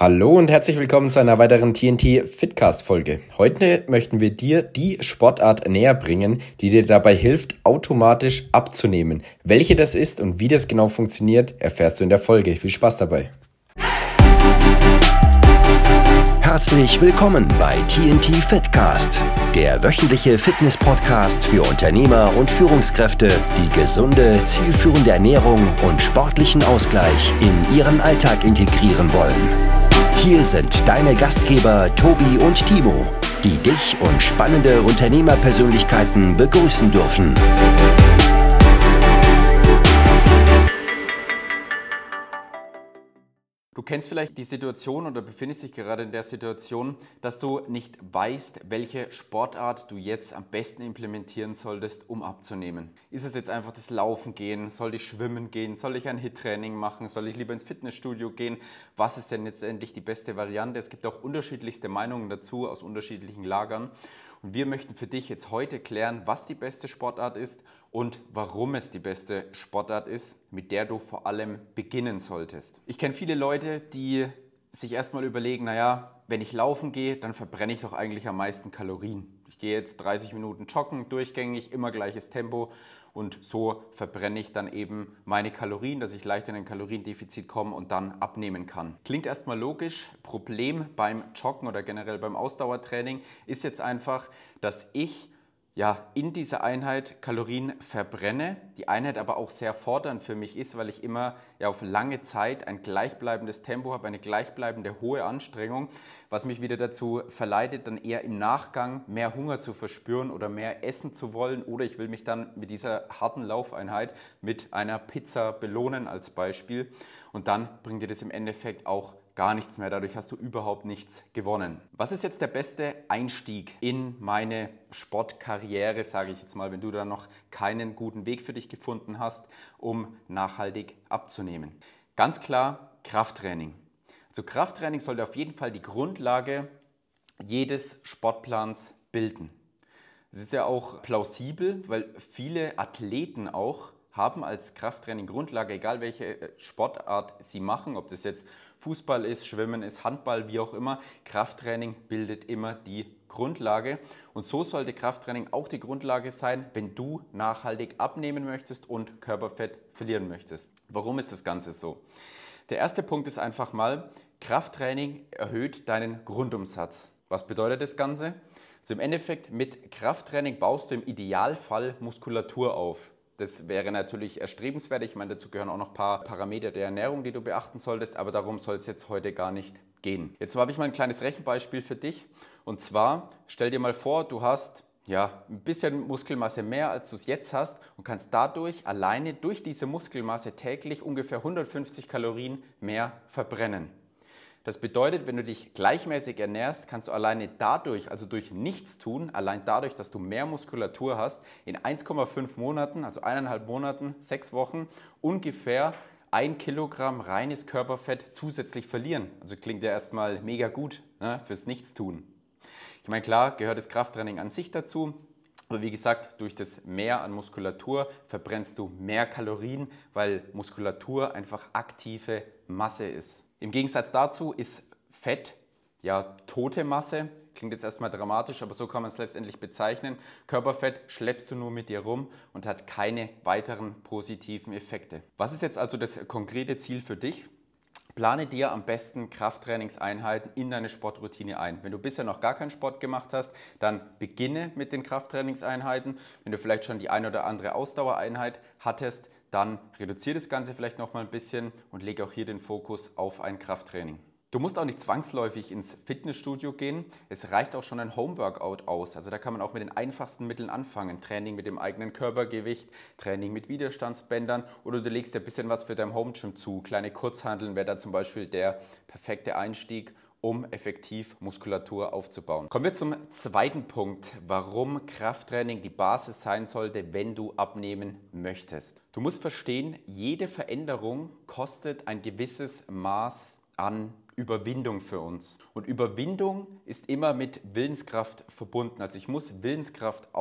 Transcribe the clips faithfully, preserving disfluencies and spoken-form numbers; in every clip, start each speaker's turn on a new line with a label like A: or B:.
A: Hallo und herzlich willkommen zu einer weiteren T N T Fitcast Folge. Heute möchten wir dir die Sportart näher bringen, die dir dabei hilft, automatisch abzunehmen. Welche das ist und wie das genau funktioniert, erfährst du in der Folge. Viel Spaß dabei.
B: Herzlich willkommen bei T N T Fitcast, der wöchentliche Fitness-Podcast für Unternehmer und Führungskräfte, die gesunde, zielführende Ernährung und sportlichen Ausgleich in ihren Alltag integrieren wollen. Hier sind deine Gastgeber Tobi und Timo, die dich und spannende Unternehmerpersönlichkeiten begrüßen dürfen.
C: Du kennst vielleicht die Situation oder befindest dich gerade in der Situation, dass du nicht weißt, welche Sportart du jetzt am besten implementieren solltest, um abzunehmen. Ist es jetzt einfach das Laufen gehen? Soll ich schwimmen gehen? Soll ich ein HIIT-Training machen? Soll ich lieber ins Fitnessstudio gehen? Was ist denn letztendlich die beste Variante? Es gibt auch unterschiedlichste Meinungen dazu aus unterschiedlichen Lagern. Und wir möchten für dich jetzt heute klären, was die beste Sportart ist und warum es die beste Sportart ist, mit der du vor allem beginnen solltest. Ich kenne viele Leute, die sich erstmal überlegen, naja, wenn ich laufen gehe, dann verbrenne ich doch eigentlich am meisten Kalorien. Ich gehe jetzt dreißig Minuten joggen, durchgängig, immer gleiches Tempo und so verbrenne ich dann eben meine Kalorien, dass ich leicht in ein Kaloriendefizit komme und dann abnehmen kann. Klingt erstmal logisch. Problem beim Joggen oder generell beim Ausdauertraining ist jetzt einfach, dass ich ja, in dieser Einheit Kalorien verbrenne, die Einheit aber auch sehr fordernd für mich ist, weil ich immer ja, auf lange Zeit ein gleichbleibendes Tempo habe, eine gleichbleibende hohe Anstrengung, was mich wieder dazu verleitet, dann eher im Nachgang mehr Hunger zu verspüren oder mehr essen zu wollen, oder ich will mich dann mit dieser harten Laufeinheit mit einer Pizza belohnen als Beispiel, und dann bringt dir das im Endeffekt auch gar nichts mehr. Dadurch hast du überhaupt nichts gewonnen. Was ist jetzt der beste Einstieg in meine Sportkarriere, sage ich jetzt mal, wenn du da noch keinen guten Weg für dich gefunden hast, um nachhaltig abzunehmen? Ganz klar Krafttraining. Also Krafttraining sollte auf jeden Fall die Grundlage jedes Sportplans bilden. Es ist ja auch plausibel, weil viele Athleten auch haben als Krafttraining Grundlage, egal welche Sportart sie machen, ob das jetzt Fußball ist, Schwimmen ist, Handball, wie auch immer. Krafttraining bildet immer die Grundlage, und so sollte Krafttraining auch die Grundlage sein, wenn du nachhaltig abnehmen möchtest und Körperfett verlieren möchtest. Warum ist das Ganze so? Der erste Punkt ist einfach mal, Krafttraining erhöht deinen Grundumsatz. Was bedeutet das Ganze? Also im Endeffekt, mit Krafttraining baust du im Idealfall Muskulatur auf. Das wäre natürlich erstrebenswert. Ich meine, dazu gehören auch noch ein paar Parameter der Ernährung, die du beachten solltest, aber darum soll es jetzt heute gar nicht gehen. Jetzt habe ich mal ein kleines Rechenbeispiel für dich, und zwar stell dir mal vor, du hast ja, ein bisschen Muskelmasse mehr, als du es jetzt hast, und kannst dadurch alleine durch diese Muskelmasse täglich ungefähr hundertfünfzig Kalorien mehr verbrennen. Das bedeutet, wenn du dich gleichmäßig ernährst, kannst du alleine dadurch, also durch nichts tun, allein dadurch, dass du mehr Muskulatur hast, in eins Komma fünf Monaten, also eineinhalb Monaten, sechs Wochen, ungefähr ein Kilogramm reines Körperfett zusätzlich verlieren. Also klingt ja erstmal mega gut, ne, fürs Nichtstun. Ich meine, klar gehört das Krafttraining an sich dazu. Aber wie gesagt, durch das Mehr an Muskulatur verbrennst du mehr Kalorien, weil Muskulatur einfach aktive Masse ist. Im Gegensatz dazu ist Fett ja tote Masse. Klingt jetzt erstmal dramatisch, aber so kann man es letztendlich bezeichnen. Körperfett schleppst du nur mit dir rum und hat keine weiteren positiven Effekte. Was ist jetzt also das konkrete Ziel für dich? Plane dir am besten Krafttrainingseinheiten in deine Sportroutine ein. Wenn du bisher noch gar keinen Sport gemacht hast, dann beginne mit den Krafttrainingseinheiten. Wenn du vielleicht schon die eine oder andere Ausdauereinheit hattest, dann reduziere das Ganze vielleicht noch mal ein bisschen und lege auch hier den Fokus auf ein Krafttraining. Du musst auch nicht zwangsläufig ins Fitnessstudio gehen. Es reicht auch schon ein Homeworkout aus. Also da kann man auch mit den einfachsten Mitteln anfangen. Training mit dem eigenen Körpergewicht, Training mit Widerstandsbändern, oder du legst dir ein bisschen was für dein Homegym zu. Kleine Kurzhanteln wäre da zum Beispiel der perfekte Einstieg, um effektiv Muskulatur aufzubauen. Kommen wir zum zweiten Punkt, warum Krafttraining die Basis sein sollte, wenn du abnehmen möchtest. Du musst verstehen, jede Veränderung kostet ein gewisses Maß an Überwindung für uns. Und Überwindung ist immer mit Willenskraft verbunden. Also ich muss Willenskraft aufwenden.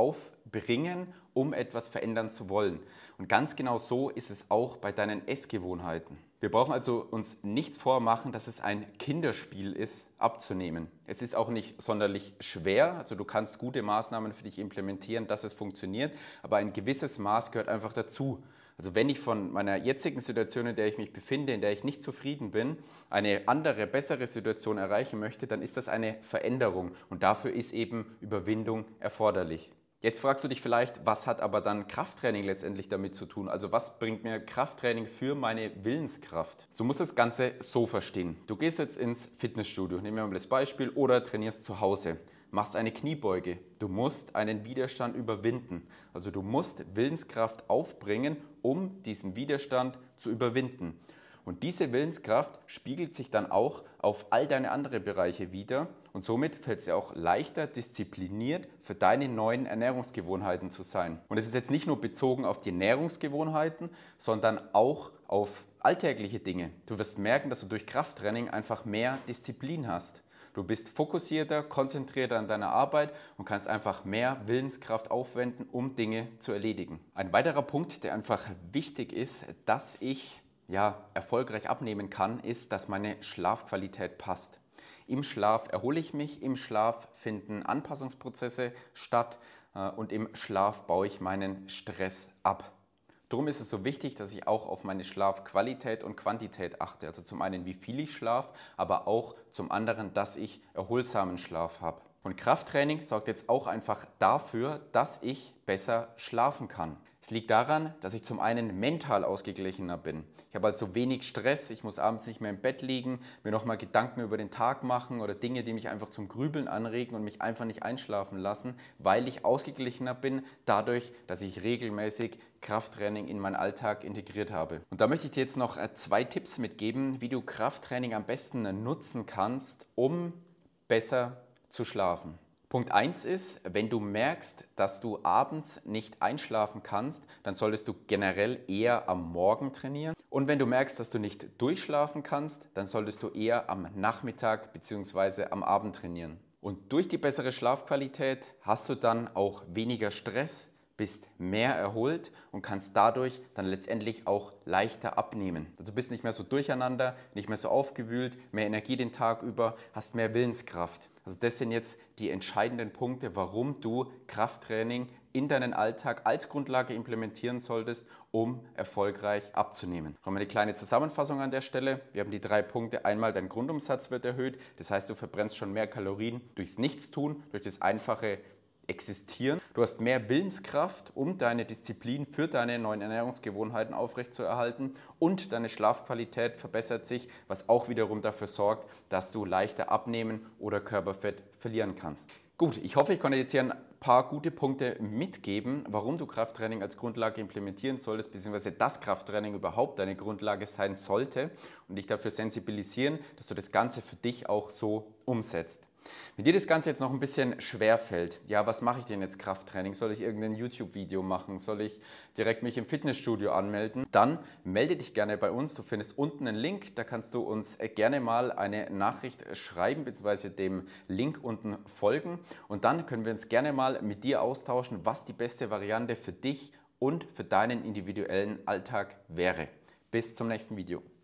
C: bringen, um etwas verändern zu wollen. Und ganz genau so ist es auch bei deinen Essgewohnheiten. Wir brauchen also uns nichts vormachen, dass es ein Kinderspiel ist, abzunehmen. Es ist auch nicht sonderlich schwer, also du kannst gute Maßnahmen für dich implementieren, dass es funktioniert, aber ein gewisses Maß gehört einfach dazu. Also wenn ich von meiner jetzigen Situation, in der ich mich befinde, in der ich nicht zufrieden bin, eine andere, bessere Situation erreichen möchte, dann ist das eine Veränderung und dafür ist eben Überwindung erforderlich. Jetzt fragst du dich vielleicht, was hat aber dann Krafttraining letztendlich damit zu tun? Also was bringt mir Krafttraining für meine Willenskraft? Du musst das Ganze so verstehen. Du gehst jetzt ins Fitnessstudio, nehmen wir mal das Beispiel, oder trainierst zu Hause. Machst eine Kniebeuge. Du musst einen Widerstand überwinden. Also du musst Willenskraft aufbringen, um diesen Widerstand zu überwinden. Und diese Willenskraft spiegelt sich dann auch auf all deine anderen Bereiche wider und somit fällt es dir auch leichter, diszipliniert für deine neuen Ernährungsgewohnheiten zu sein. Und es ist jetzt nicht nur bezogen auf die Ernährungsgewohnheiten, sondern auch auf alltägliche Dinge. Du wirst merken, dass du durch Krafttraining einfach mehr Disziplin hast. Du bist fokussierter, konzentrierter an deiner Arbeit und kannst einfach mehr Willenskraft aufwenden, um Dinge zu erledigen. Ein weiterer Punkt, der einfach wichtig ist, dass ich ja, erfolgreich abnehmen kann, ist, dass meine Schlafqualität passt. Im Schlaf erhole ich mich, im Schlaf finden Anpassungsprozesse statt äh, und im Schlaf baue ich meinen Stress ab. Darum ist es so wichtig, dass ich auch auf meine Schlafqualität und Quantität achte. Also zum einen, wie viel ich schlafe, aber auch zum anderen, dass ich erholsamen Schlaf habe. Und Krafttraining sorgt jetzt auch einfach dafür, dass ich besser schlafen kann. Es liegt daran, dass ich zum einen mental ausgeglichener bin. Ich habe also wenig Stress, ich muss abends nicht mehr im Bett liegen, mir nochmal Gedanken über den Tag machen oder Dinge, die mich einfach zum Grübeln anregen und mich einfach nicht einschlafen lassen, weil ich ausgeglichener bin, dadurch, dass ich regelmäßig Krafttraining in meinen Alltag integriert habe. Und da möchte ich dir jetzt noch zwei Tipps mitgeben, wie du Krafttraining am besten nutzen kannst, um besser zu schlafen. Punkt eins ist, wenn du merkst, dass du abends nicht einschlafen kannst, dann solltest du generell eher am Morgen trainieren. Und wenn du merkst, dass du nicht durchschlafen kannst, dann solltest du eher am Nachmittag bzw. am Abend trainieren. Und durch die bessere Schlafqualität hast du dann auch weniger Stress, bist mehr erholt und kannst dadurch dann letztendlich auch leichter abnehmen. Also du bist nicht mehr so durcheinander, nicht mehr so aufgewühlt, mehr Energie den Tag über, hast mehr Willenskraft. Also das sind jetzt die entscheidenden Punkte, warum du Krafttraining in deinen Alltag als Grundlage implementieren solltest, um erfolgreich abzunehmen. Noch mal eine kleine Zusammenfassung an der Stelle. Wir haben die drei Punkte. Einmal, dein Grundumsatz wird erhöht. Das heißt, du verbrennst schon mehr Kalorien durchs Nichtstun, durch das einfache Existieren. Du hast mehr Willenskraft, um deine Disziplin für deine neuen Ernährungsgewohnheiten aufrechtzuerhalten und deine Schlafqualität verbessert sich, was auch wiederum dafür sorgt, dass du leichter abnehmen oder Körperfett verlieren kannst. Gut, ich hoffe, ich konnte jetzt hier ein paar gute Punkte mitgeben, warum du Krafttraining als Grundlage implementieren solltest, beziehungsweise dass Krafttraining überhaupt deine Grundlage sein sollte und dich dafür sensibilisieren, dass du das Ganze für dich auch so umsetzt. Wenn dir das Ganze jetzt noch ein bisschen schwer fällt, ja, was mache ich denn jetzt Krafttraining? Soll ich irgendein YouTube-Video machen? Soll ich direkt mich im Fitnessstudio anmelden? Dann melde dich gerne bei uns. Du findest unten einen Link, da kannst du uns gerne mal eine Nachricht schreiben, beziehungsweise dem Link unten folgen. Und dann können wir uns gerne mal mit dir austauschen, was die beste Variante für dich und für deinen individuellen Alltag wäre. Bis zum nächsten Video.